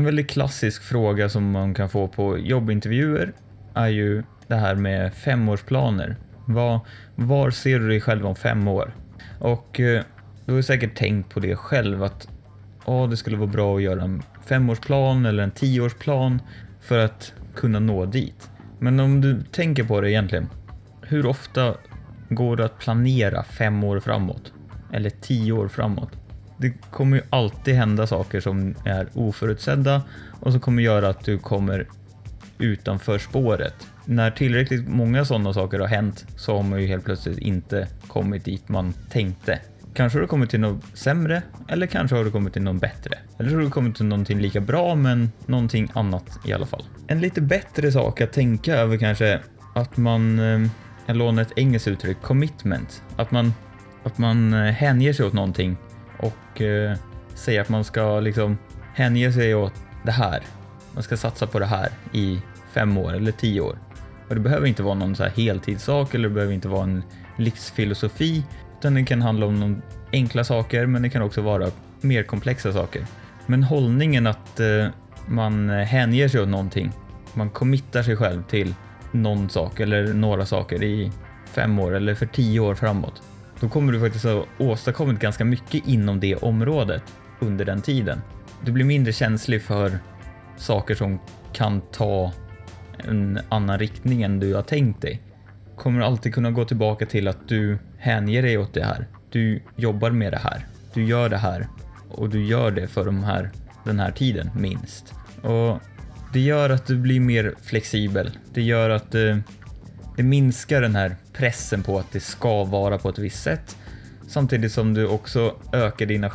En väldigt klassisk fråga som man kan få på jobbintervjuer är ju det här med 5-årsplaner. Var ser du dig själv om 5 år? Och du har säkert tänkt på det själv att det skulle vara bra att göra en 5-årsplan eller en 10-årsplan för att kunna nå dit. Men om du tänker på det egentligen, hur ofta går det att planera 5 år framåt? Eller 10 år framåt? Det kommer ju alltid hända saker som är oförutsedda och som kommer göra att du kommer utanför spåret. När tillräckligt många sådana saker har hänt så har man ju helt plötsligt inte kommit dit man tänkte. Kanske har du kommit till något sämre eller kanske har du kommit till något bättre. Eller så har du kommit till någonting lika bra men någonting annat i alla fall. En lite bättre sak att tänka över kanske att man, jag lånar ett engelskt uttryck, commitment. Att man hänger sig åt någonting och säger att man ska liksom hänge sig åt det här. Man ska satsa på det här i 5 år eller 10 år. Och det behöver inte vara någon så här heltidssak eller det behöver inte vara en livsfilosofi. Utan det kan handla om någon enkla saker men det kan också vara mer komplexa saker. Men hållningen att man hänger sig åt någonting. Man committar sig själv till någon sak eller några saker i 5 år eller för 10 år framåt. Då kommer du faktiskt ha åstadkommit ganska mycket inom det området under den tiden. Du blir mindre känslig för saker som kan ta en annan riktning än du har tänkt dig. Kommer alltid kunna gå tillbaka till att du hänger dig åt det här. Du jobbar med det här. Du gör det här. Och du gör det för den här tiden minst. Och det gör att du blir mer flexibel. Det gör att det minskar den här pressen på att det ska vara på ett visst sätt. Samtidigt som du också ökar dina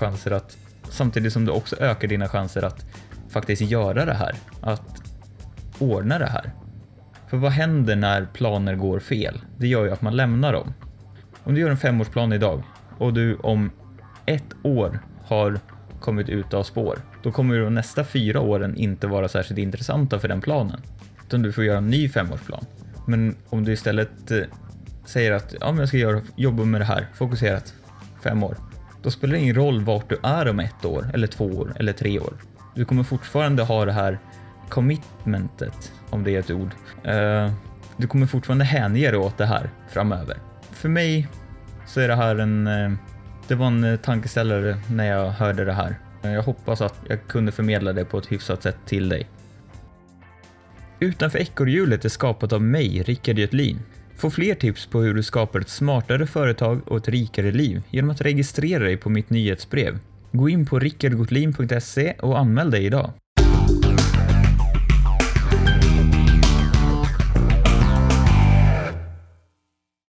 chanser att faktiskt göra det här. Att ordna det här. För vad händer när planer går fel? Det gör ju att man lämnar dem. Om du gör en 5-årsplan idag och du om 1 år har kommit ut av spår, då kommer ju de nästa 4 åren inte vara särskilt intressanta för den planen. Utan du får göra en ny 5-årsplan. Men om du istället säger att jag ska jobba med det här fokuserat 5 år, då spelar det ingen roll vart du är om 1 år eller 2 år eller 3 år. Du kommer fortfarande ha det här commitmentet, om det är ett ord. Du kommer fortfarande hänge dig åt det här framöver. För mig så är det här det var en tankeställare när jag hörde det här. Jag hoppas att jag kunde förmedla det på ett hyfsat sätt till dig. Utanför ekorrhjulet är skapat av mig, Rickard Götlin. Få fler tips på hur du skapar ett smartare företag och ett rikare liv genom att registrera dig på mitt nyhetsbrev. Gå in på rickardgotlin.se och anmäl dig idag.